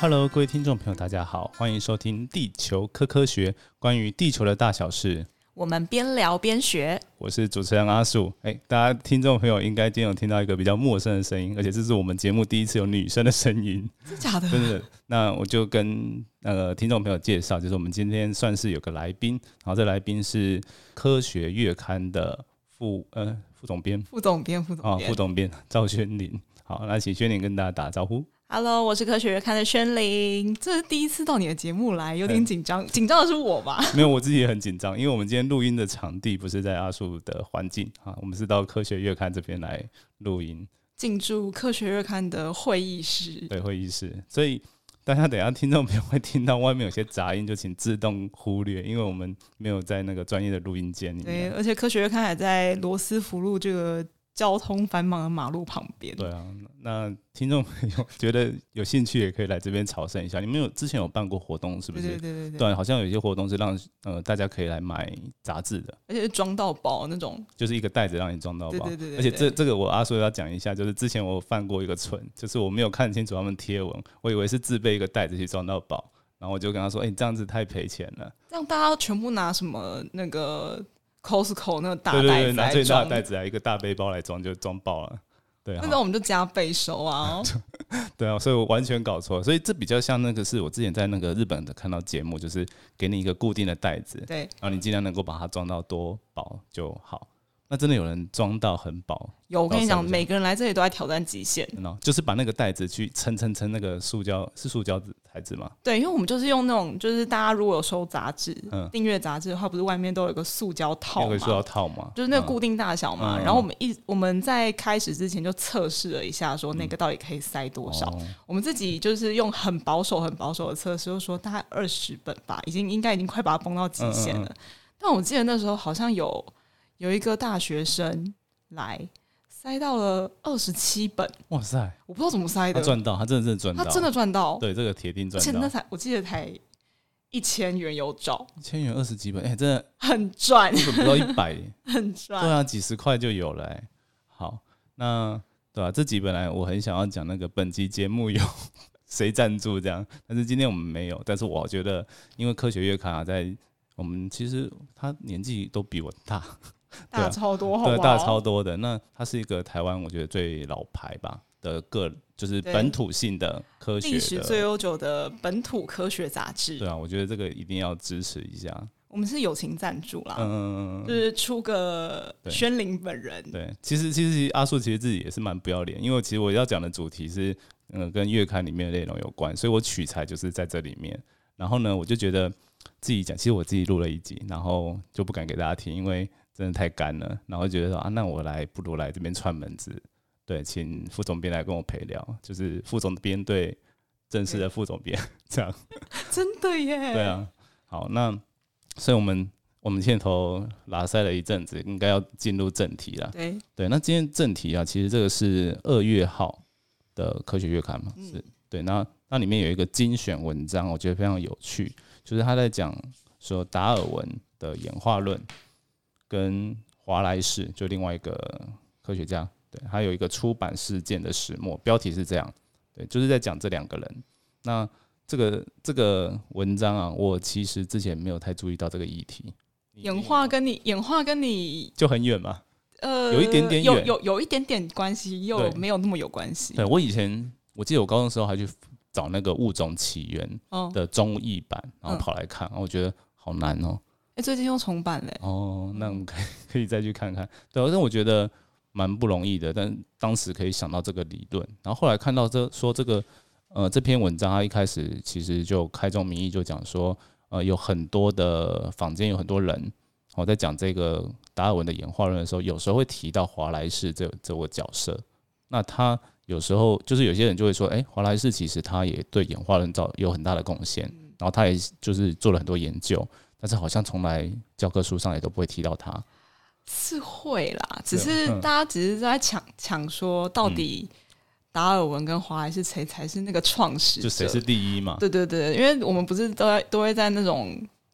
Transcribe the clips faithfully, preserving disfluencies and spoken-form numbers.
Hello， 各位听众朋友，大家好，欢迎收听地球科科学，关于地球的大小事， 我们边聊边学。 我是主持人阿树。哎，大家听众朋友应该今天有听到一个比较陌生的声音，而且这是我们节目第一次有女生的声音， 真的假的？ 真的。那我就跟呃听众朋友介绍，就是我们今天算是有个来宾，然后这来宾是科学月刊的副呃副总编， 副总编，副总编， 哦，副总编赵宣玲。好，那请宣玲跟大家打招呼。 Hello， 我是科学月刊的宣玲，这是第一次到你的节目来，有点紧张，紧张的是我吧？ 没有，我自己也很紧张，因为我们今天录音的场地不是在阿树的环境啊，我们是到科学月刊这边来录音， 进驻科学月刊的会议室， 对，会议室，所以大家等一下听众朋友会听到外面有些杂音，就请自动忽略，因为我们没有在那个专业的录音间里面。 对，而且科学月刊还在罗斯福路这个交通繁忙的马路旁边。 对啊，那听众朋友觉得有兴趣也可以来这边朝圣一下。你们有之前有办过活动是不是？ 对对对 对, 对，好像有一些活动是让呃大家可以来买杂志的， 而且是装到饱那种， 就是一个袋子让你装到饱。 对对对对对， 而且这这个我阿叔要讲一下，就是之前我犯过一个蠢，就是我没有看清楚他们贴文，我以为是自备一个袋子去装到饱，然后我就跟他说：“哎、欸，你这样子太赔钱了。” 这样大家全部拿什么那个 Costco 那个大袋子来装， 对对对，拿最大的袋子来一个大背包来装，就装爆了。对， 那我们就加倍收啊！ 对啊，所以我完全搞错，所以这比较像那个是我之前在那个日本的看到节目，就是给你一个固定的袋子， 对， 然后你尽量能够把它装到多饱就好。那真的有人装到很饱？ 有，我跟你讲，每个人来这里都在挑战极限， 就是把那个袋子去撑撑撑那个塑胶，是塑胶材质吗？ 对，因为我们就是用那种，就是大家如果有收杂志、订阅杂志的话，不是外面都有一个塑胶套吗？ 有个塑胶套嘛， 就是那个固定大小嘛。嗯、然后我们一我们在开始之前就测试了一下，说那个到底可以塞多少。嗯、我们自己就是用很保守、很保守的测试，就说大概二十本吧，已经应该已经快把它绷到极限了。嗯嗯嗯，但我记得那时候好像有。有一个大学生来塞到了二十七本，哇塞！我不知道怎么塞的， 他赚到，他真的真的赚到， 他真的赚到， 对，这个铁定赚到。 而且那才我记得才一千元有找， 一千元二十几本，哎、欸，真的很赚， 一本不到一百， 很赚。 对啊，几十块就有了、欸。好，那对啊，这几本来我很想要讲那个本集节目有谁赞助这样，但是今天我们没有。但是我觉得，因为科学月刊啊，在我们其实他年纪都比我大。 大超多好不好， 对，大超多的。那它是一个台湾我觉得最老牌吧的个，就是本土性的科学的， 历史最悠久的本土科学杂志。 对啊，我觉得这个一定要支持一下。 我们是友情赞助啦， 嗯， 就是出个宣玲本人。 对，其实其实阿树其实自己也是蛮不要脸，因为其实我要讲的主题是嗯跟月刊里面的内容有关，所以我取材就是在这里面。然后呢，我就觉得自己讲，其实我自己录了一集，然后就不敢给大家听，因为真的太干了，然后觉得说啊，那我来不如来这边串门子，对，请副总编来跟我陪聊，就是副总编对正式的副总编这样， 真的耶， 对啊，好，那所以我们我们现在头拉塞了一阵子，应该要进入正题了， 对对，那今天正题啊，其实这个是二月号的科学月刊嘛，嗯、是对，那那里面有一个精选文章，我觉得非常有趣，就是他在讲说达尔文的演化论。跟华莱士就另外一个科学家，对，还有一个出版事件的始末，标题是这样，对，就是在讲这两个人。那这个这个文章啊，我其实之前没有太注意到这个议题。 演化跟你演化跟你就很远嘛， 呃， 有一点点远， 有有有一点点关系，又没有那么有关系。 对，我以前我记得我高中的时候还去找那个《物种起源》的中译版，嗯、然后跑来看，然后我觉得好难哦。 哎、欸，最近又重版嘞！ 哦，那我们可以可以再去看看。对，但我觉得蛮不容易的。但当时可以想到这个理论，然后后来看到这说这个呃这篇文章，它一开始其实就开宗明义就讲说，呃有很多的坊间有很多人，我、哦、在讲这个达尔文的演化论的时候，有时候会提到华莱士这这个角色。那他有时候就是有些人就会说，哎、欸，华莱士其实他也对演化论造有很大的贡献，然后他也就是做了很多研究。但是好像从来教科书上也都不会提到他， 是会啦，只是大家只是在抢抢说到底达尔文跟华莱士谁才是那个创始者， 就谁是第一嘛？ 对对对，因为我们不是都在都会在那种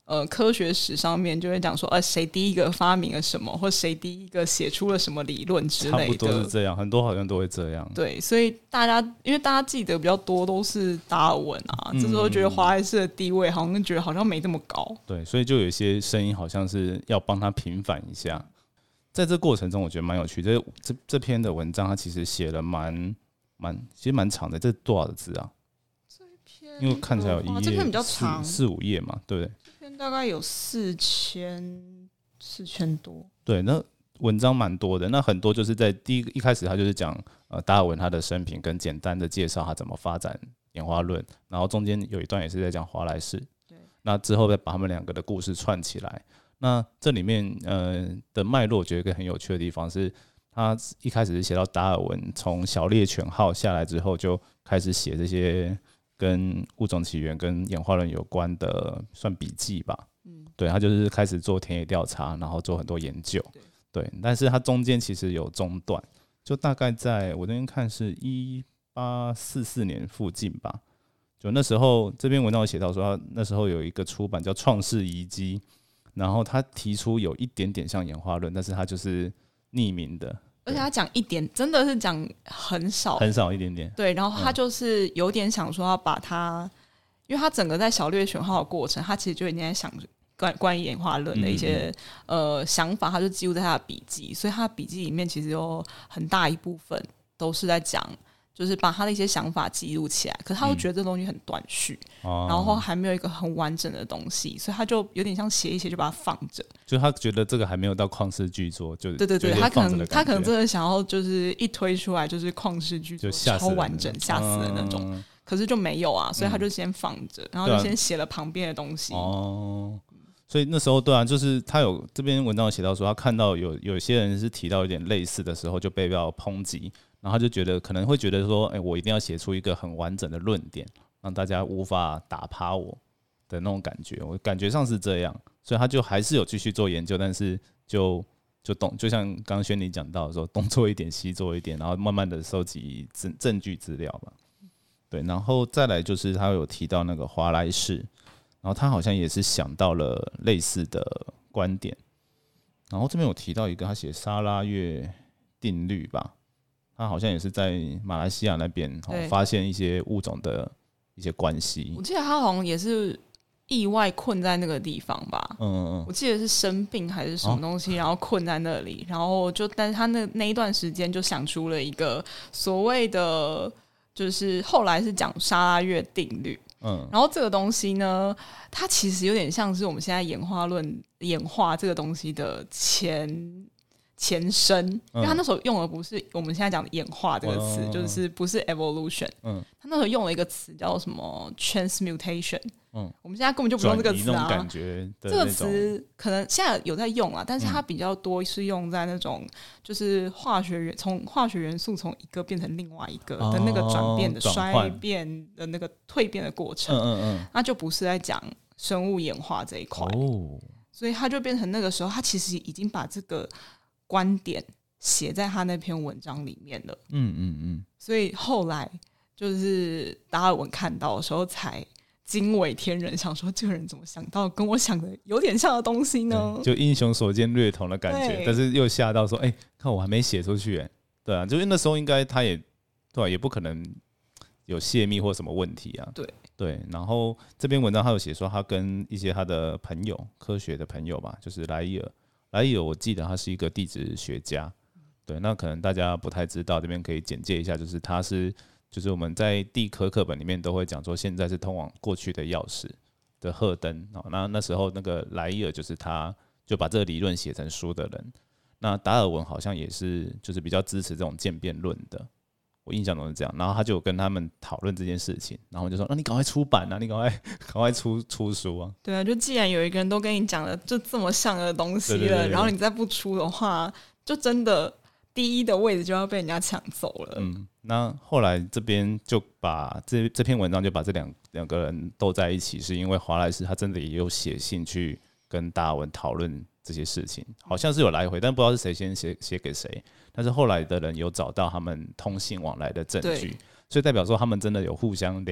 呃科学史上面就会讲说，呃，谁第一个发明了什么，或谁第一个写出了什么理论之类的， 差不多是这样，很多好像都会这样。 对，所以大家因为大家记得比较多都是达尔文啊，嗯、这时候觉得华莱士的地位好像觉得好像没这么高。 对，所以就有一些声音好像是要帮他平反一下。在这过程中，我觉得蛮有趣。这这这篇的文章，它其实写了蛮蛮，其实蛮长的。这多少个字啊？ 这篇因为看起来有一页， 这篇比较长， 四五页嘛，对不对？ 这篇大概有四千四千多。 对，那文章蛮多的。那很多就是在第一个一开始，他就是讲呃达尔文他的生平，跟简单的介绍他怎么发展演化论，然后中间有一段也是在讲华莱士。对，那之后再把他们两个的故事串起来。那这里面呃的脉络，我觉得一个很有趣的地方是，他一开始是写到达尔文从小猎犬号下来之后，就开始写这些跟物种起源跟演化论有关的算笔记吧。嗯，对，他就是开始做田野调查，然后做很多研究。对，对，但是他中间其实有中断，就大概在我这边看是一八四四年附近吧。就那时候这篇文章有写到说，他那时候有一个出版叫《创世遗迹》。然后他提出有一点点像演化论，但是他就是匿名的， 而且他讲一点，真的是讲很少， 很少一点点。 对，然后他就是有点想说要把它，嗯、因为他整个在小猎犬号的过程，他其实就已经在想关关于演化论的一些、嗯、呃想法，他就记录在他的笔记，所以他的笔记里面其实有很大一部分都是在讲。就是把他的一些想法记录起来，可是他又觉得这东西很断续、嗯，然后还没有一个很完整的东西，所以他就有点像写一写就把它放着。 就他觉得这个还没有到旷世巨作，就对对对，他可能他可能真的想要就是一推出来就是旷世巨作，超完整吓死人那种、嗯，可是就没有啊，所以他就先放着、嗯，然后就先写了旁边的东西。 哦，所以那时候对啊，就是他有这篇文章有写到说，他看到有有些人是提到有点类似的时候，就被到抨击。然后他就觉得可能会觉得说，哎、欸，我一定要写出一个很完整的论点，让大家无法打趴我的那种感觉。我感觉上是这样，所以他就还是有继续做研究，但是就就懂，就像刚刚轩尼讲到的说，东做一点，西做一点，然后慢慢的收集证证据资料嘛。对，然后再来就是他有提到那个华莱士，然后他好像也是想到了类似的观点。然后这边有提到一个，他写沙拉越定律吧。他好像也是在马来西亚那边、哦、发现一些物种的一些关系。 我记得他好像也是意外困在那个地方吧。嗯嗯嗯。我记得是生病还是什么东西，哦、然后困在那里，然后就但是他那那一段时间就想出了一个所谓的，就是后来是讲沙拉越定律。嗯。然后这个东西呢，它其实有点像是我们现在演化论演化这个东西的前。前身，因为他那时候用的不是我们现在讲的演化这个词、嗯，就是不是 evolution， 嗯，他那时候用了一个词叫什么 transmutation， 嗯，我们现在根本就不用这个词啊， 感觉这个词可能现在有在用啊，但是它比较多是用在那种就是化学元从化学元素从一个变成另外一个的那个转变的、哦、衰变的那个蜕变的过程，嗯嗯嗯，那就不是在讲生物演化这一块，哦，所以他就变成那个时候，他其实已经把这个观点写在他那篇文章里面了，嗯嗯嗯，所以后来就是达尔文看到的时候才惊为天人，想说这个人怎么想到跟我想的有点像的东西呢？ 就英雄所见略同的感觉，但是又吓到说，哎、欸，看我还没写出去，哎，对啊，就是那时候应该他也对、啊，也不可能有泄密或什么问题啊， 对对，然后这篇文章他有写说，他跟一些他的朋友，科学的朋友吧，就是莱伊尔。莱伊尔，我记得他是一个地质学家，对，那可能大家不太知道，这边可以简介一下，就是他是，就是我们在地科课本里面都会讲说，现在是通往过去的钥匙的赫登，那那时候那个莱伊尔就是他，就把这个理论写成书的人。那达尔文好像也是，就是比较支持这种渐变论的，我印象中是这样。然后他就有跟他们讨论这件事情，然后就说：“那、啊、你赶快出版啊，你赶快赶快出出书啊！” 对啊，就既然有一个人都跟你讲了就这么像的东西了，对对对对，然后你再不出的话，就真的第一的位置就要被人家抢走了。 嗯，那后来这边就把这这篇文章就把这两两个人斗在一起，是因为华莱士他真的也有写信去跟达尔文讨论这些事情，好像是有来回，但不知道是谁先写写给谁。但是后来的人有找到他们通信往来的证据，所以代表说他们真的有互相聊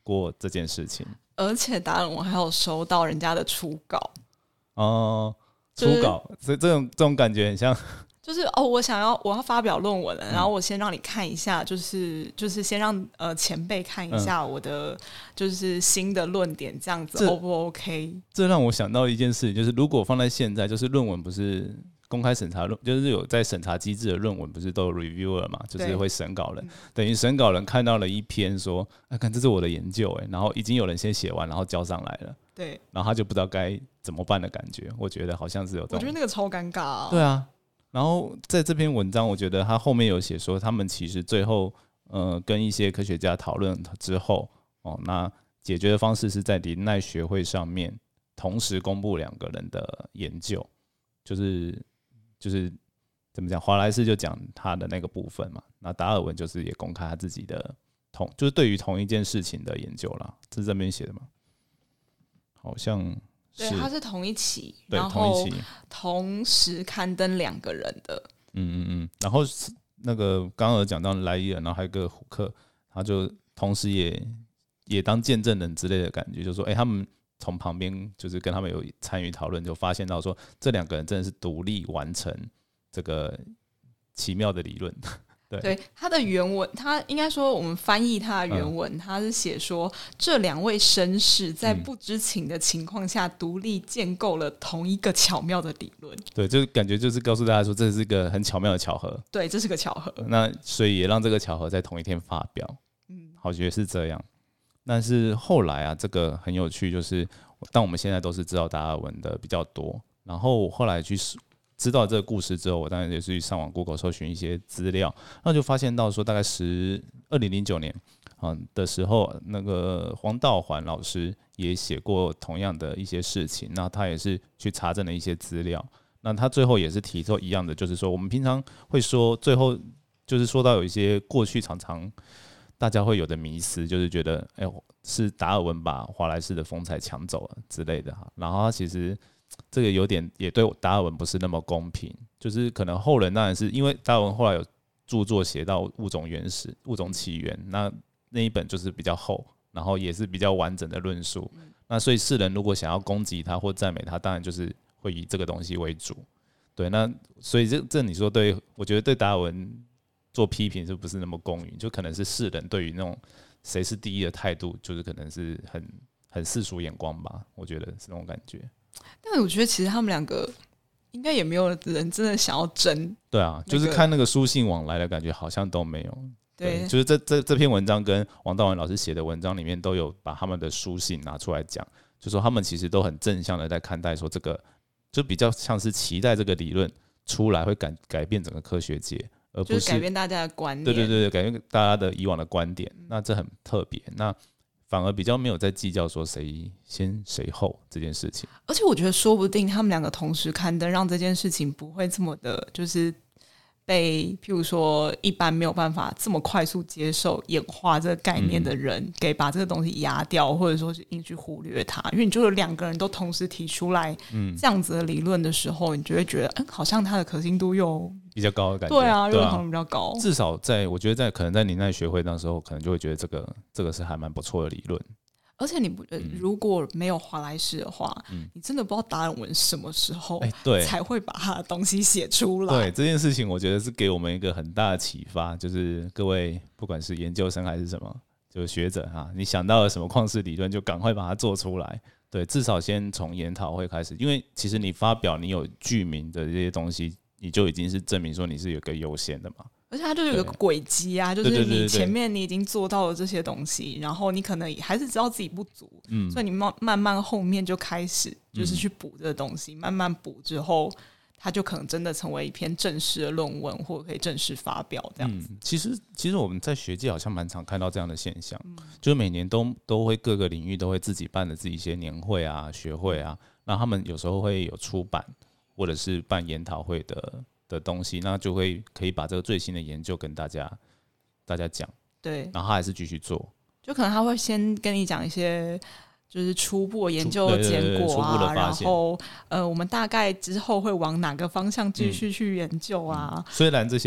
过这件事情。 而且达尔文还有收到人家的初稿哦，初稿，所以这种这种感觉很像。 就是哦，我想要我要发表论文了，嗯、然后我先让你看一下，就是就是先让呃前辈看一下我的、嗯、就是新的论点，这样子 O 不 OK？ 这让我想到一件事，就是如果放在现在，就是论文不是公开审查论，就是有在审查机制的论文，不是都有 reviewer 嘛，就是会审稿人，等于审稿人看到了一篇说，啊，看这是我的研究哎，然后已经有人先写完，然后交上来了， 对， 然后他就不知道该怎么办的感觉，我觉得好像是有这种， 我觉得那个超尴尬啊， 对啊。然后在这篇文章，我觉得他后面有写说，他们其实最后呃跟一些科学家讨论之后，哦，那解决的方式是在林奈学会上面同时公布两个人的研究，就是就是怎么讲，华莱士就讲他的那个部分嘛，那达尔文就是也公开他自己的同，就是对于同一件事情的研究啦，这是这边写的吗？好像。 对，它是同一期， 对， 然后同时刊登两个人的。 嗯嗯嗯。然后那个刚刚有讲到莱伊尔，然后还有一个虎克，他就同时也也当见证人之类的感觉，就说，哎、欸，他们从旁边就是跟他们有参与讨论，就发现到说这两个人真的是独立完成这个奇妙的理论。对, 对他的原文，他应该说我们翻译他的原文，嗯、他是写说这两位绅士在不知情的情况下独立建构了同一个巧妙的理论。 对，就感觉就是告诉大家说这是一个很巧妙的巧合。 对，这是个巧合。 那所以也让这个巧合在同一天发表。嗯，好，觉得是这样。但是后来啊，这个很有趣，就是当我们现在都是知道达尔文的比较多，然后我后来去知道这个故事之后，我当然也是去上网 Google 搜寻一些资料，那就发现到说，大概十二零零九年啊的时候，那个黄道环老师也写过同样的一些事情，那他也是去查证了一些资料，那他最后也是提出一样的，就是说我们平常会说，最后就是说到有一些过去常常大家会有的迷思，就是觉得哎、欸、是达尔文把华莱士的风采抢走了之类的，然后他其实。这个有点也对达尔文不是那么公平，就是可能后人当然是因为达尔文后来有著作写到物种原始、物种起源，那那一本就是比较厚，然后也是比较完整的论述。那所以世人如果想要攻击他或赞美他，当然就是会以这个东西为主。对，那所以这这你说对，我觉得对达尔文做批评是不是那么公允？就可能是世人对于那种谁是第一的态度，就是可能是很很世俗眼光吧，我觉得是那种感觉。 但我觉得其实他们两个应该也没有人真的想要争。 对啊，就是看那个书信往来的感觉好像都没有。 对， 对，就是这这这篇文章跟王道文老师写的文章里面都有把他们的书信拿出来讲，就说他们其实都很正向的在看待说这个，就比较像是期待这个理论出来会改改变整个科学界，而不是、 就是、改变大家的观念。 对对对，改变大家的以往的观点，那这很特别。那反而比较没有在计较说谁先谁后这件事情， 而且我觉得说不定他们两个同时刊登，让这件事情不会这么的，就是被譬如说一般没有办法这么快速接受演化这个概念的人，嗯、给把这个东西压掉，或者说是硬去忽略它。因为你就有两个人都同时提出来这样子的理论的时候，你就会觉得，嗯，好像它的可信度又比较高的感觉。 对啊，又好像比较高。 至少在我觉得在可能在林奈学会那时候，可能就会觉得这个这个是还蛮不错的理论。 而且你不觉得如果没有华莱士的话，嗯、你真的不知道达尔文什么时候才会把他的东西写出来。 对这件事情，我觉得是给我们一个很大的启发，就是各位不管是研究生还是什么，就是学者哈，你想到了什么旷世理论，就赶快把它做出来。对，至少先从研讨会开始，因为其实你发表你有句名的这些东西，你就已经是证明说你是有个优先的嘛。 而且它就有个轨迹啊，就是你前面你已经做到了这些东西，然后你可能还是知道自己不足，嗯、所以你慢慢后面就开始就是去补这个东西，嗯、慢慢补之后，它就可能真的成为一篇正式的论文，或者可以正式发表这样子。 嗯、其实其实我们在学界好像蛮常看到这样的现象，嗯、就是每年都都会各个领域都会自己办的自己一些年会啊、学会啊，那他们有时候会有出版或者是办研讨会的。的东西，那就会可以把这个最新的研究跟大家大家讲， 对， 然后他还是继续做， 就可能他会先跟你讲一些就是初步研究的结果啊，然后呃，我们大概之后会往哪个方向继续去研究啊？ 嗯、虽然这些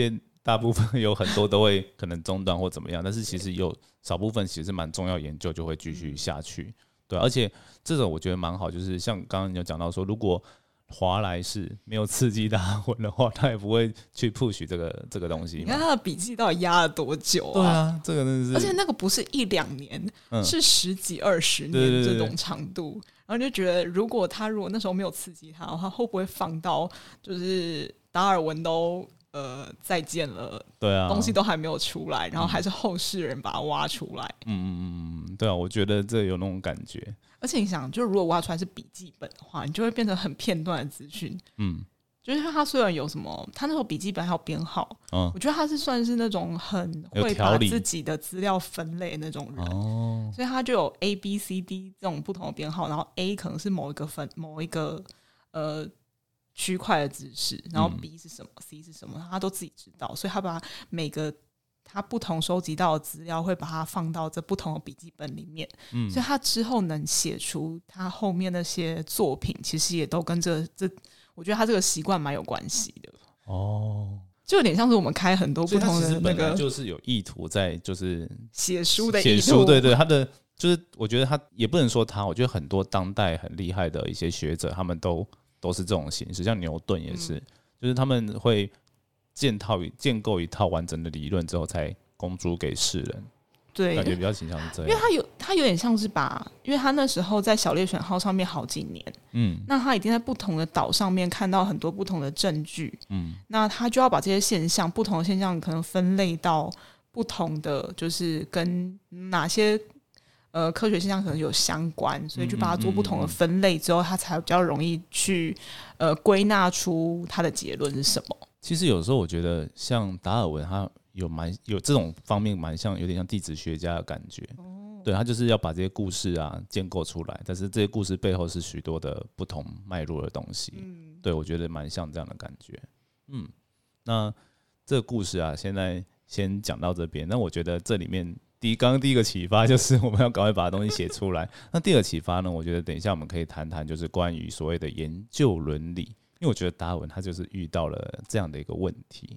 大部分有很多都会可能中断或怎么样，但是其实有少部分其实蛮重要研究就会继续下去，对、啊，而且这种我觉得蛮好，就是像刚刚你有讲到说，如果华莱士没有刺激达尔文的话，他也不会去 push 这个这个东西。 你看他的笔记到底压了多久啊？ 对啊，这个真的是， 而且那个不是一两年，嗯、是十几二十年这种长度。对对对对，然后就觉得，如果他如果那时候没有刺激他的话，会不会放到就是达尔文都呃再见了， 对啊， 东西都还没有出来，然后还是后世人把它挖出来。 嗯嗯嗯，对啊，我觉得这有那种感觉。 而且你想，就如果挖出来是笔记本的话，你就会变成很片段的资讯。嗯，就是他虽然有什么，他那时候笔记本还有编号，嗯，我觉得他是算是那种很会把自己的资料分类的那种人，哦，所以他就有 A B C D 这种不同的编号，然后 A 可能是某一个分某一个呃区块的知识，然后 B 是什么、嗯、C 是什么，他都自己知道，所以他把每个他不同收集到的资料会把它放到这不同的笔记本里面，嗯，所以他之后能写出他后面那些作品，其实也都跟这这，我觉得他这个习惯蛮有关系的。哦，就有点像是我们开很多不同的那个， 就是有意图在，就是写书的意图， 写书，对对，他的就是我觉得他也不能说他，我觉得很多当代很厉害的一些学者，他们都都是这种形式，像牛顿也是，嗯、就是他们会。建套建构一套完整的理论之后，才公诸给世人。 对， 感觉比较倾向是这样。 因为他有他有点像是把，因为他那时候在小猎犬号上面好几年，嗯，那他一定在不同的岛上面看到很多不同的证据，嗯，那他就要把这些现象，不同的现象可能分类到不同的，就是跟哪些呃科学现象可能有相关，所以就把它做不同的分类之后，他才比较容易去呃归纳出他的结论是什么。 其实有时候我觉得，像达尔文，他有蛮有这种方面，蛮像有点像地质学家的感觉。哦、对他就是要把这些故事啊建构出来，但是这些故事背后是许多的不同脉络的东西。嗯，对我觉得蛮像这样的感觉。嗯，那这个故事啊，现在先讲到这边。那我觉得这里面第一，刚刚第一个启发就是我们要赶快把东西写出来。那第二个启发呢，我觉得等一下我们可以谈谈，就是关于所谓的研究伦理。因为我觉得达尔文他就是遇到了这样的一个问题。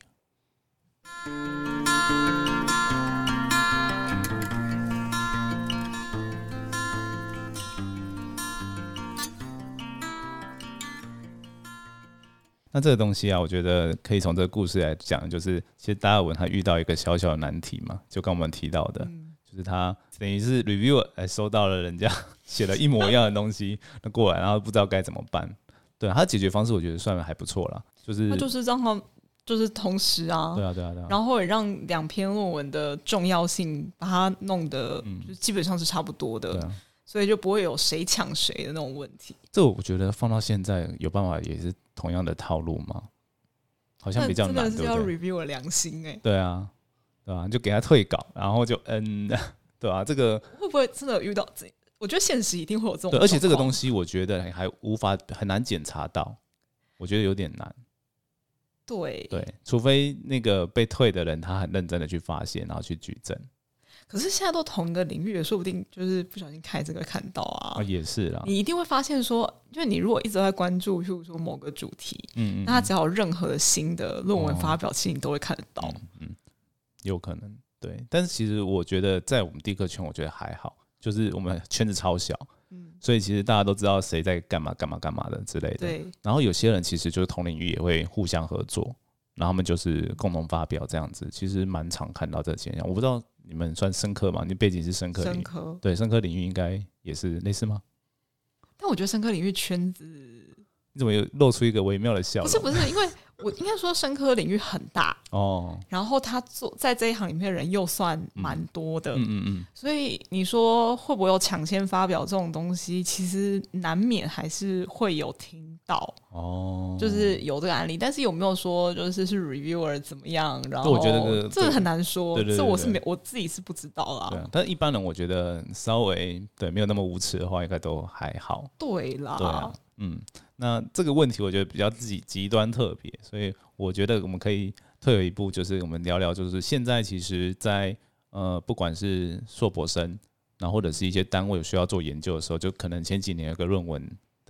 那这个东西啊，我觉得可以从这个故事来讲，就是其实达尔文他遇到一个小小的难题嘛，就刚我们提到的，嗯、就是他等于是 reviewer 来收到了人家写了一模一样的东西，那过来，然后不知道该怎么办。对，他的解决方式我觉得算还不错啦，就是他就是让他就是同时啊， 对啊对啊对啊， 然后也让两篇论文的重要性把它弄得就基本上是差不多的，嗯啊、所以就不会有谁抢谁的那种问题。 这我觉得放到现在有办法也是同样的套路吗？好像比较难， 真的是要 review 的良心哎、欸。 对啊，对啊，就给他退稿，然后就嗯，对啊，这个会不会真的遇到这？我觉得现实一定会有这种， 对，而且这个东西我觉得还无法很难检查到，我觉得有点难。 对对，除非那个被退的人他很认真的去发现，然后去举证。 可是现在都同一个领域，说不定就是不小心开这个看到啊。 啊，也是啦。 你一定会发现说，就是你如果一直在关注，譬如说某个主题，嗯, 嗯, 嗯，那他只要有任何的新的论文发表，哦、其实你都会看得到。嗯, 嗯，有可能对，但是其实我觉得在我们地科圈，我觉得还好。就是我们圈子超小，嗯，所以其实大家都知道谁在干嘛干嘛干嘛的之类的。 对。 然后有些人其实就是同领域也会互相合作，然后他们就是共同发表这样子，其实蛮常看到这个现象。我不知道你们算生科吗？你背景是生科领域， 生科对，生科领域应该也是类似吗？ 但我觉得生科领域圈子， 你怎么有露出一个微妙的笑容？ 不是不是，因为我应该说生科领域很大哦，然后他做在这一行里面的人又算蛮多的，嗯嗯嗯，所以你说会不会有抢先发表这种东西？其实难免还是会有听到哦，就是有这个案例，但是有没有说就是是 reviewer 怎么样？然后我觉得、这个、 这个很难说， 对对对对这我是没我自己是不知道啦。 对啊，但一般人我觉得稍微对没有那么无耻的话，应该都还好。 对啦， 对啊，嗯。那这个问题我觉得比较自己极端特别，所以我觉得我们可以退而一步，就是我们聊聊，就是现在其实在呃不管是硕博生，然后或者是一些单位有需要做研究的时候，就可能前几年有个论文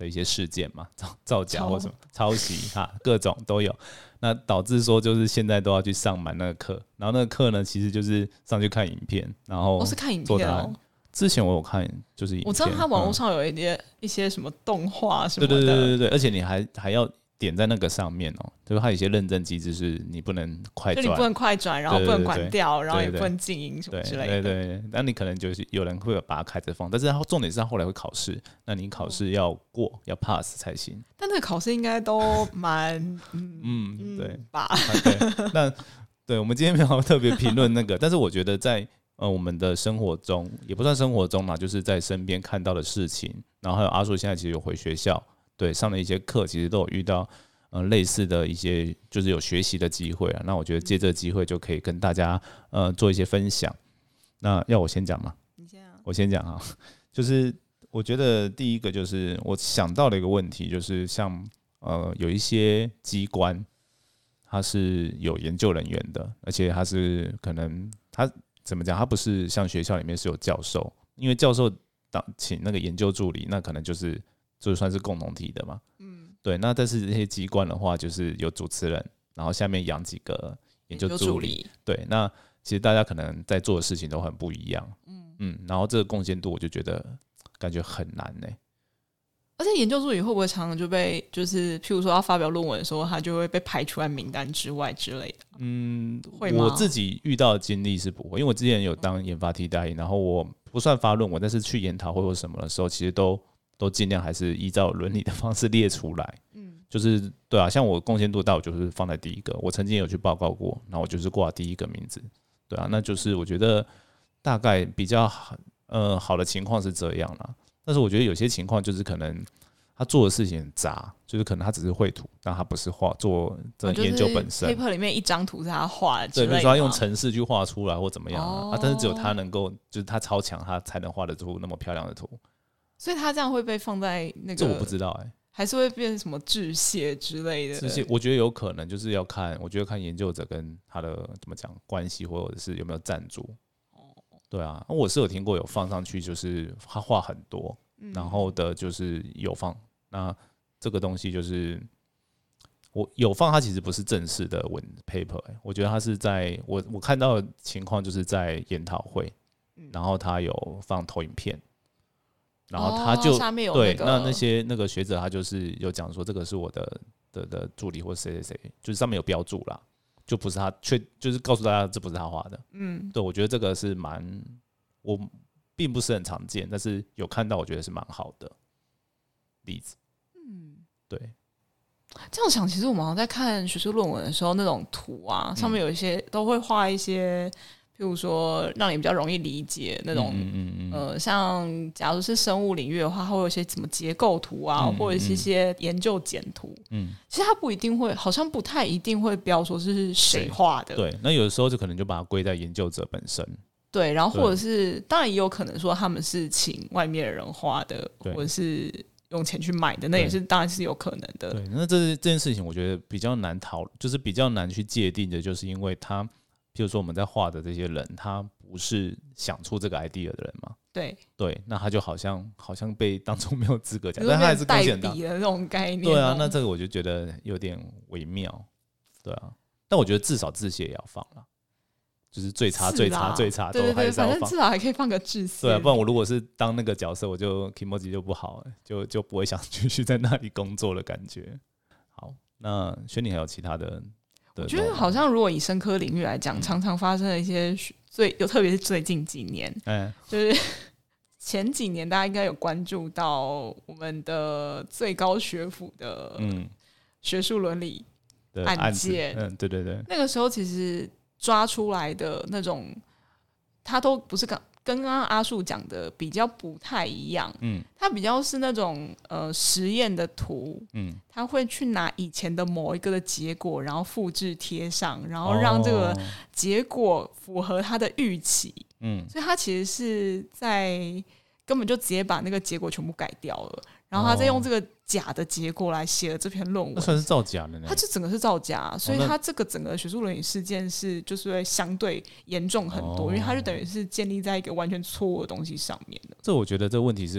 的一些事件嘛，造造假或什么抄袭哈，各种都有。那导致说就是现在都要去上满那个课，然后那个课呢，其实就是上去看影片，然后我、哦、是看影片哦。 之前我有看，就是影片， 我知道他网络上有一些、嗯、一些什么动画什么的， 对对对对对，而且你还还要点在那个上面哦，就是它有些认证机制是你不能快转， 就你不能快转，然后不能关掉，对对对对，然后也不能静音什么之类的。 对对对，那你可能就是有人会把它开着放，但是它重点是它后来会考试，那你考试要过、哦、要 pass 才行。 但那个考试应该都蛮嗯嗯对吧？ 对，那对我们今天没有特别评论那个，但是我觉得在呃我们的生活中也不算生活中嘛，就是在身边看到的事情，然后还有阿树现在其实有回学校。对，上了一些课，其实都有遇到呃类似的一些，就是有学习的机会啊。那我觉得借这个机会就可以跟大家呃做一些分享。那要我先讲吗？ 你先啊。 我先讲啊，就是我觉得第一个就是我想到的一个问题，就是像呃有一些机关，它是有研究人员的，而且它是可能它怎么讲，它不是像学校里面是有教授，因为教授当请那个研究助理，那可能就是。就算是共同体的嘛，嗯，对。那但是这些机关的话，就是有主持人，然后下面养几个研究助理，对。那其实大家可能在做的事情都很不一样，嗯嗯。然后这个贡献度，我就觉得感觉很难呢、欸。 而且研究助理会不会常常就被，就是譬如说要发表论文的时候，他就会被排除在名单之外之类的？嗯，会吗？ 我自己遇到的经历是不会，因为我之前有当研发替代役，然后我不算发论文，但是去研讨会或什么的时候，其实都。都尽量还是依照伦理的方式列出来，嗯，就是对啊，像我贡献度大，我就是放在第一个。我曾经有去报告过，然后我就是挂第一个名字，对啊，那就是我觉得大概比较呃好的情况是这样啦。但是我觉得有些情况就是可能他做的事情很杂，就是可能他只是绘图，但他不是画做这研究本身。 哦就是、paper 里面一张图是他画的之类的， 对，比如说他用程式去画出来或怎么样 啊,、哦、啊，但是只有他能够，就是他超强，他才能画得出那么漂亮的图。 所以他这样会被放在那个， 这我不知道哎、欸， 还是会变成什么致谢之类的？ 致谢，我觉得有可能就是要看，我觉得看研究者跟他的怎么讲关系，或者是有没有赞助。哦，对啊，我是有听过有放上去，就是他画很多，嗯、然后的就是有放，那这个东西就是我有放，它其实不是正式的文 paper，、欸、我觉得它是在我我看到的情况就是在研讨会，然后他有放投影片。然后他就、 哦、下面有、 那个、 对那那些那个学者，他就是有讲说这个是我的的的助理或谁谁谁，就是上面有标注啦，就不是他，确就是告诉大家这不是他画的。嗯，对，我觉得这个是蛮，我并不是很常见，但是有看到，我觉得是蛮好的例子。嗯，对。 这样想，其实我们好像在看学术论文的时候，那种图啊，上面有一些、嗯、都会画一些。譬如说，让你比较容易理解那种，嗯嗯嗯呃，像假如是生物领域的话，它会有一些什么结构图啊，嗯嗯或者是一些研究简图。嗯，其实它不一定会，好像不太一定会标说是谁画的。 对，那有的时候就可能就把它归在研究者本身。 对，然后或者是，当然也有可能说他们是请外面的人画的，或者是用钱去买的，那也是当然是有可能的。 对，那这这件事情我觉得比较难讨，就是比较难去界定的，就是因为它。譬如说我们在画的这些人，他不是想出这个 idea 的人嘛？ 对对，那他就好像好像被当初没有资格讲，但他还是贡献到代笔的那种概念。 对啊，那这个我就觉得有点微妙，对啊。但我觉得至少致谢也要放啦，就是最差最差最差都还是要放， 反正至少还可以放个致谢。 对啊，不然我如果是当那个角色，我就 kimoji 就不好，就就不会想继续在那里工作的感觉。好，那轩宁还有其他的？ 我觉得好像如果以生科领域来讲、嗯，常常发生的一些最，有特别是最近几年，嗯、就是前几年大家应该有关注到我们的最高学府的学术伦理案件， 嗯，对对对， 那个时候其实抓出来的那种，他都不是刚。跟刚刚阿树讲的比较不太一样，嗯，它比较是那种呃实验的图，嗯，他会去拿以前的某一个的结果，然后复制贴上，然后让这个结果符合他的预期，嗯，所以他其实是在根本就直接把那个结果全部改掉了，然后他再用这个假的结果来写了这篇论文， 那算是造假的呢。 他这整个是造假，所以他这个整个学术伦理事件是就是会相对严重很多，哦、因为他就等于是建立在一个完全错误的东西上面的。 这我觉得这个问题是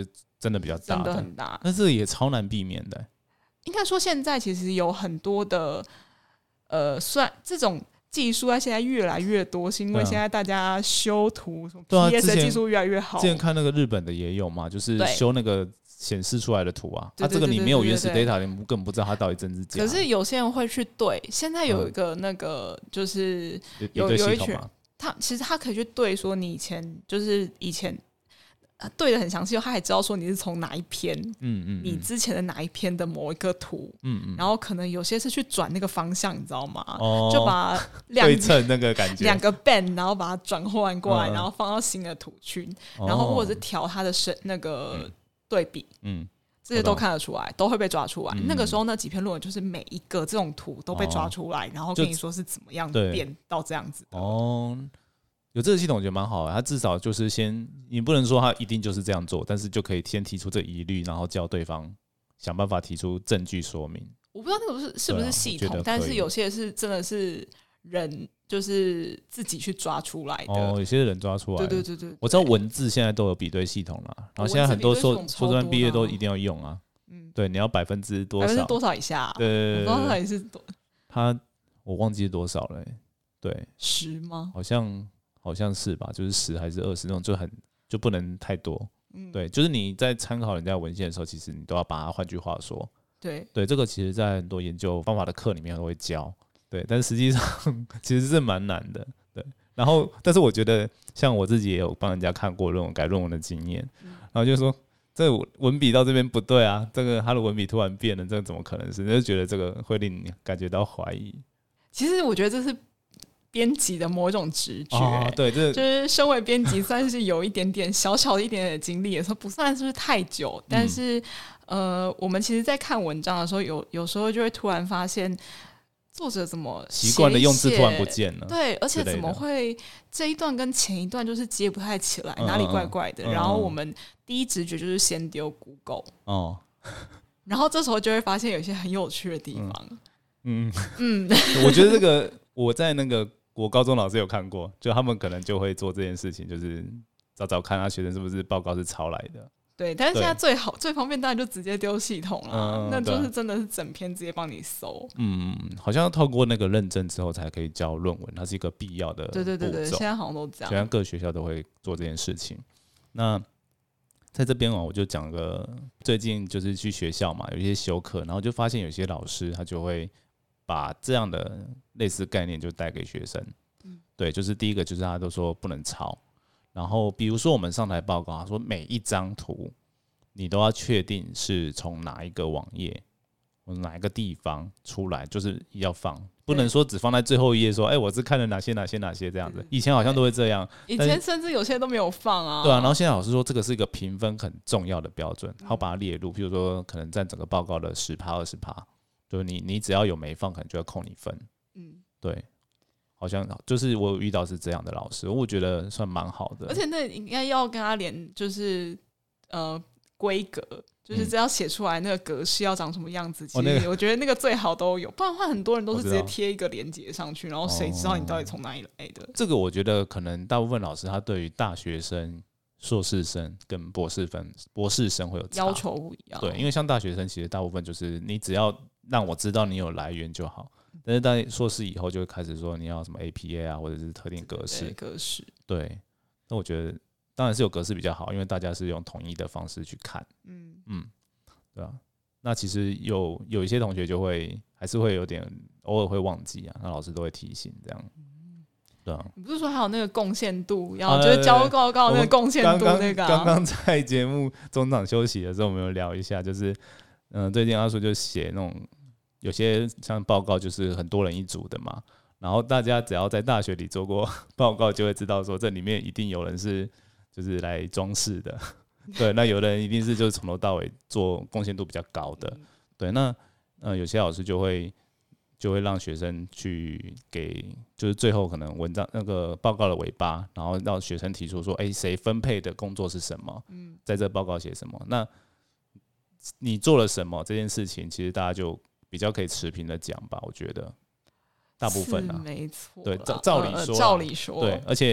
真的比较大的， 真的很大。 那这个也超难避免的、欸。 应该说，现在其实有很多的呃，算这种技术，它现在越来越多，是因为现在大家修图，什么 P S 的技术越来越好。 之前看那个日本的也有嘛，就是修那个显示出来的图啊，它、啊、这个你没有原始 data， 你根本不知道它到底真是假。 可是有些人会去对，现在有一个那个就是有、嗯、有一群，他其实他可以去对说你以前就是以前。对的很详细，他还知道说你是从哪一篇，嗯嗯，你之前的哪一篇的某一个图，嗯嗯，然后可能有些是去转那个方向，你知道吗？哦，就把对称那个感觉， 两个 band， 然后把它转换过来，嗯、然后放到新的图群，嗯、然后或者是调它的声那个对比，嗯，这些都看得出来，都会被抓出来。嗯、那个时候那几篇论文就是每一个这种图都被抓出来，哦、然后跟你说是怎么样变到这样子的。哦。 有这个系统我觉得蛮好的，它至少就是先，你不能说它一定就是这样做，但是就可以先提出这疑虑，然后叫对方想办法提出证据说明。 我不知道那个是是不是系统，啊、但是有些是真的是人就是自己去抓出来的。 哦，有些人抓出来的。 对对对 对, 对， 我知道文字现在都有比对系统了，然后现在很多硕硕士班毕业都一定要用啊。嗯，对，你要百分之多少？ 百分之多少以下、啊？ 对对对对， 我不知道到底是多。 他我忘记多少了、欸，对， 十吗？ 好像。好像是吧，就是十还是二十那种，就很就不能太多。嗯，对，就是你在参考人家文献的时候，其实你都要把它，换句话说， 对对，这个其实在很多研究方法的课里面都会教，对，但是实际上其实是蛮难的，对。然后，但是我觉得，像我自己也有帮人家看过论文改论文的经验，嗯、然后就说这个文笔到这边不对啊，这个他的文笔突然变了，这个怎么可能是？就觉得这个会令你感觉到怀疑。 其实我觉得这是。编辑的某一种直觉， 哦、对，这就是身为编辑，算是有一点点小小的一点点的经历，也说不算是不是太久，嗯、但是呃，我们其实，在看文章的时候，有有时候就会突然发现，作者怎么习惯的用字突然不见了， 对，而且怎么会这一段跟前一段就是接不太起来，哪里怪怪的？嗯嗯嗯然后我们第一直觉就是先丢 Google，哦，然后这时候就会发现有一些很有趣的地方， 嗯嗯，嗯我觉得这个我在那个。我高中老师有看过，就他们可能就会做这件事情，就是找找看他学生是不是报告是抄来的。 对，但是现在最好最方便当然就直接丢系统了，嗯、那就是真的是整篇直接帮你搜。 嗯，好像要透过那个认证之后才可以交论文，它是一个必要的步骤。 对对对对，现在好像都这样。 现在各学校都会做这件事情。那在这边啊，我就讲个最近就是去学校嘛，有一些修课，然后就发现有些老师他就会。把这样的类似概念就带给学生，嗯、对，就是第一个就是他都说不能抄，然后比如说我们上台报告，他说每一张图你都要确定是从哪一个网页或哪一个地方出来，就是要放，不能说只放在最后一页说，哎、欸，我是看了哪些哪些哪些这样子，以前好像都会这样， 以前甚至有些都没有放啊， 对啊，然后现在老师说这个是一个评分很重要的标准，他把它列入，譬如说可能占整个报告的十趴二十趴。就是你，你只要有没放，可能就会扣你分。嗯，对，好像就是我有遇到是这样的老师，我觉得算蛮好的。 而且那应该要跟他连，就是呃规格，就是只要写出来那个格式要长什么样子。其实我觉得那个最好都有，不然的话很多人都是直接贴一个连结上去，然后谁知道你到底从哪里来的？ 这个我觉得可能大部分老师他对于大学生。硕士生跟博士生、博士生会有差要求不一样， 对，因为像大学生其实大部分就是你只要让我知道你有来源就好，但是在硕士以后就会开始说你要什么 A P A 啊，或者是特定格式， 格式， 对。那我觉得当然是有格式比较好，因为大家是用统一的方式去看，嗯嗯，对啊。那其实有有一些同学就会还是会有点偶尔会忘记啊，那老师都会提醒这样。对啊， 你不是说还有那个贡献度，然后就是交报告那个贡献度那个、啊？ 刚刚在节目中场休息的时候，我们有聊一下，就是嗯、呃，最近阿叔就写那种有些像报告就是很多人一组的嘛，然后大家只要在大学里做过报告，就会知道说这里面一定有人是就是来装饰的，对，那有的人一定是就是从头到尾做贡献度比较高的，对，那呃有些老师就会。就会让学生去给，就是最后可能文章那个报告的尾巴，然后让学生提出说，哎、欸，谁分配的工作是什么？嗯，在这报告写什么？那你做了什么这件事情，其实大家就比较可以持平的讲吧，我觉得大部分啊， 没错， 对，照照理说、啊， 照理说， 对，而且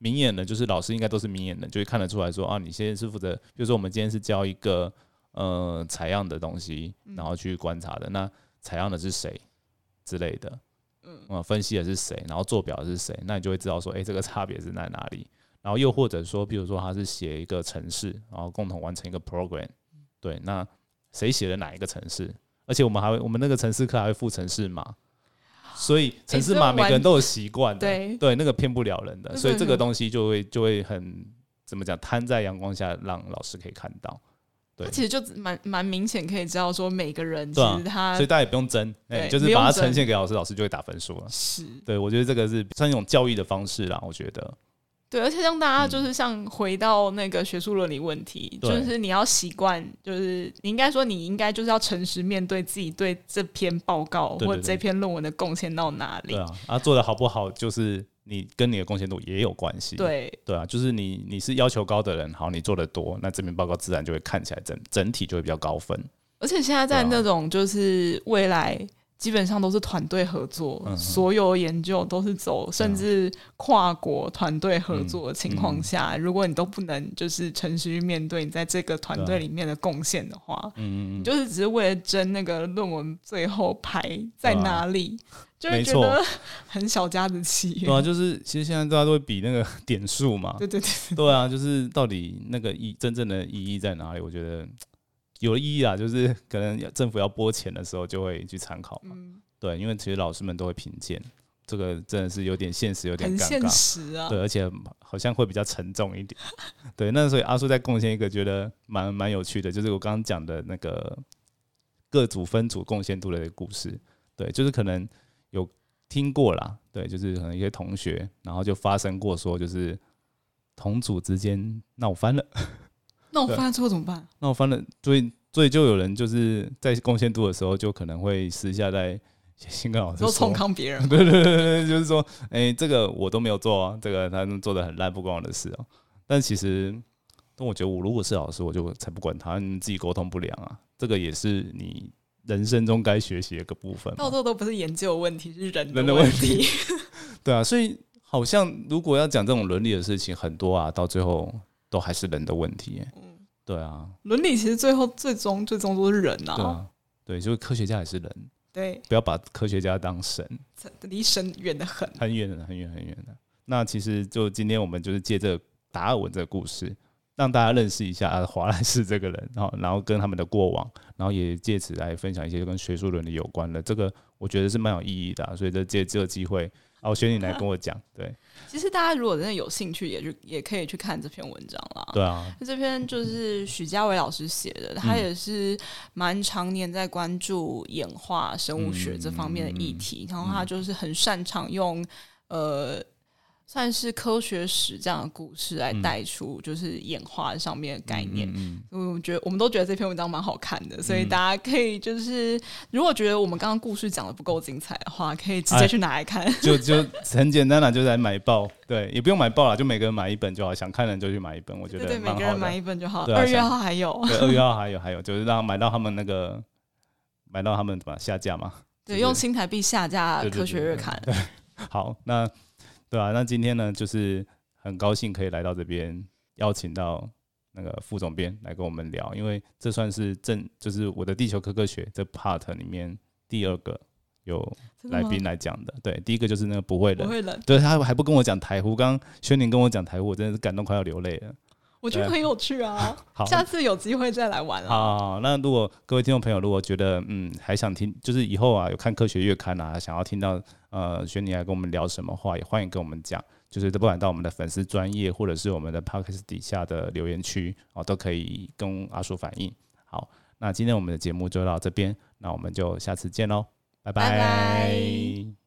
明眼人，就是老师应该都是明眼人，就会看得出来说啊，你现在是负责，比如说我们今天是教一个呃采样的东西，然后去观察的，那采样的是谁之类的，嗯、呃，分析的是谁，然后做表的是谁，那你就会知道说，哎、欸，这个差别是在哪里。然后又或者说，比如说他是写一个程式，然后共同完成一个 program， 对，那谁写了哪一个程式？而且我们还会，我们那个程式课还会附程式码，所以程式码每个人都有习惯的， 对对，那个骗不了人的，所以这个东西就会就会很怎么讲，摊在阳光下，让老师可以看到。对， 他其实就蛮蛮明显可以知道说每个人其实他， 啊、所以大家也不用争，欸、就是把它呈现给老师，老师就会打分数了。 是， 对，我觉得这个是算一种教育的方式啦，我觉得。 对，而且让大家就是像回到那个学术伦理问题，嗯、就是你要习惯，就是你应该说你应该就是要诚实面对自己对这篇报告对对对或者这篇论文的贡献到哪里。 对啊，啊做的好不好，就是你跟你的贡献度也有关系。 对对啊，就是你你是要求高的人，好，你做的多，那这篇报告自然就会看起来整整体就会比较高分。 而且现在在那种就是未来。基本上都是团队合作、嗯，所有研究都是走甚至跨国团队合作的情况下、嗯嗯，如果你都不能就是诚实面对你在这个团队里面的贡献的话，嗯，你就是只是为了争那个论文最后排在哪里，就会觉得很小家子气。 对啊，就是其实现在大家都会比那个点数嘛， 对对 对, 对， 对啊，就是到底那个意真正的意义在哪里？我觉得。有意义啊，就是可能政府要拨钱的时候就会去参考嘛、嗯。对，因为其实老师们都会评鉴，这个真的是有点现实，有点尴尬， 很现实啊。 对，而且好像会比较沉重一点。对，那所以阿叔再贡献一个觉得蛮蛮有趣的，就是我刚刚讲的那个各组分组贡献度的故事。对，就是可能有听过啦，对，就是可能一些同学，然后就发生过说，就是同组之间闹翻了。 那我翻了之后怎么办？ 那我翻了，所以所以就有人就是在贡献度的时候，就可能会私下在先跟老师说， 冲康别人。 对对对对，就是说，哎、欸，这个我都没有做啊，这个他们做的很烂，不关我的事哦、喔。但其实，但我觉得我如果是老师，我就才不管他，你自己沟通不良啊，这个也是你人生中该学习的一个部分。 到最后都不是研究的问题，是人的问题。对啊，所以好像如果要讲这种伦理的事情，很多啊，到最后。都还是人的问题、欸嗯，对啊， 伦理其实最后最终最终都是人啊， 对啊，对，就是科学家也是人， 对， 不要把科学家当神， 离神远得很， 很远的，很远很远的。那其实就今天我们就是借这个达尔文这个故事，让大家认识一下啊华莱士这个人，然后然后跟他们的过往，然后也借此来分享一些跟学术伦理有关的，这个我觉得是蛮有意义的、啊，所以就借这个机会。啊，我选你来跟我讲，对。 其实大家如果真的有兴趣也，也也可以去看这篇文章啦。 对啊， 这篇就是许家伟老师写的，他也是蛮常年在关注演化生物学这方面的议题，嗯、然后他就是很擅长用呃。算是科学史这样的故事来带出就是演化上面的概念。嗯嗯嗯、我觉得我们都觉得这篇文章蛮好看的，所以大家可以就是如果觉得我们刚刚故事讲的不够精彩的话，可以直接去拿来看。 就就很简单啦，就来买报，对，也不用买报啦，就每个人买一本就好，想看的人就去买一本，我觉得对对，每个人买一本就好。 二、 啊、月号还有， 对，二月号还有还有，就是让买到他们那个买到他们怎么下架嘛？ 对，用新台币下架科学月刊。 对，好，那。对啊，那今天呢，就是很高兴可以来到这边，邀请到那个副总编来跟我们聊，因为这算是正就是我的地球科科学这 part 里面第二个有来宾来讲的。对，第一个就是那个不会人， 不会人， 对，他还不跟我讲台呼，刚刚轩宁跟我讲台呼，我真的是感动快要流泪了。 我觉得很有趣啊，下次有机会再来玩啊。 好，好，好，那如果各位听众朋友如果觉得嗯还想听，就是以后啊有看科学月刊啊，想要听到呃轩尼来跟我们聊什么话，也欢迎跟我们讲，就是不管到我们的粉丝专页或者是我们的 podcast 底下的留言区哦，都可以跟阿叔反映。好，那今天我们的节目就到这边，那我们就下次见喽，拜拜。拜拜。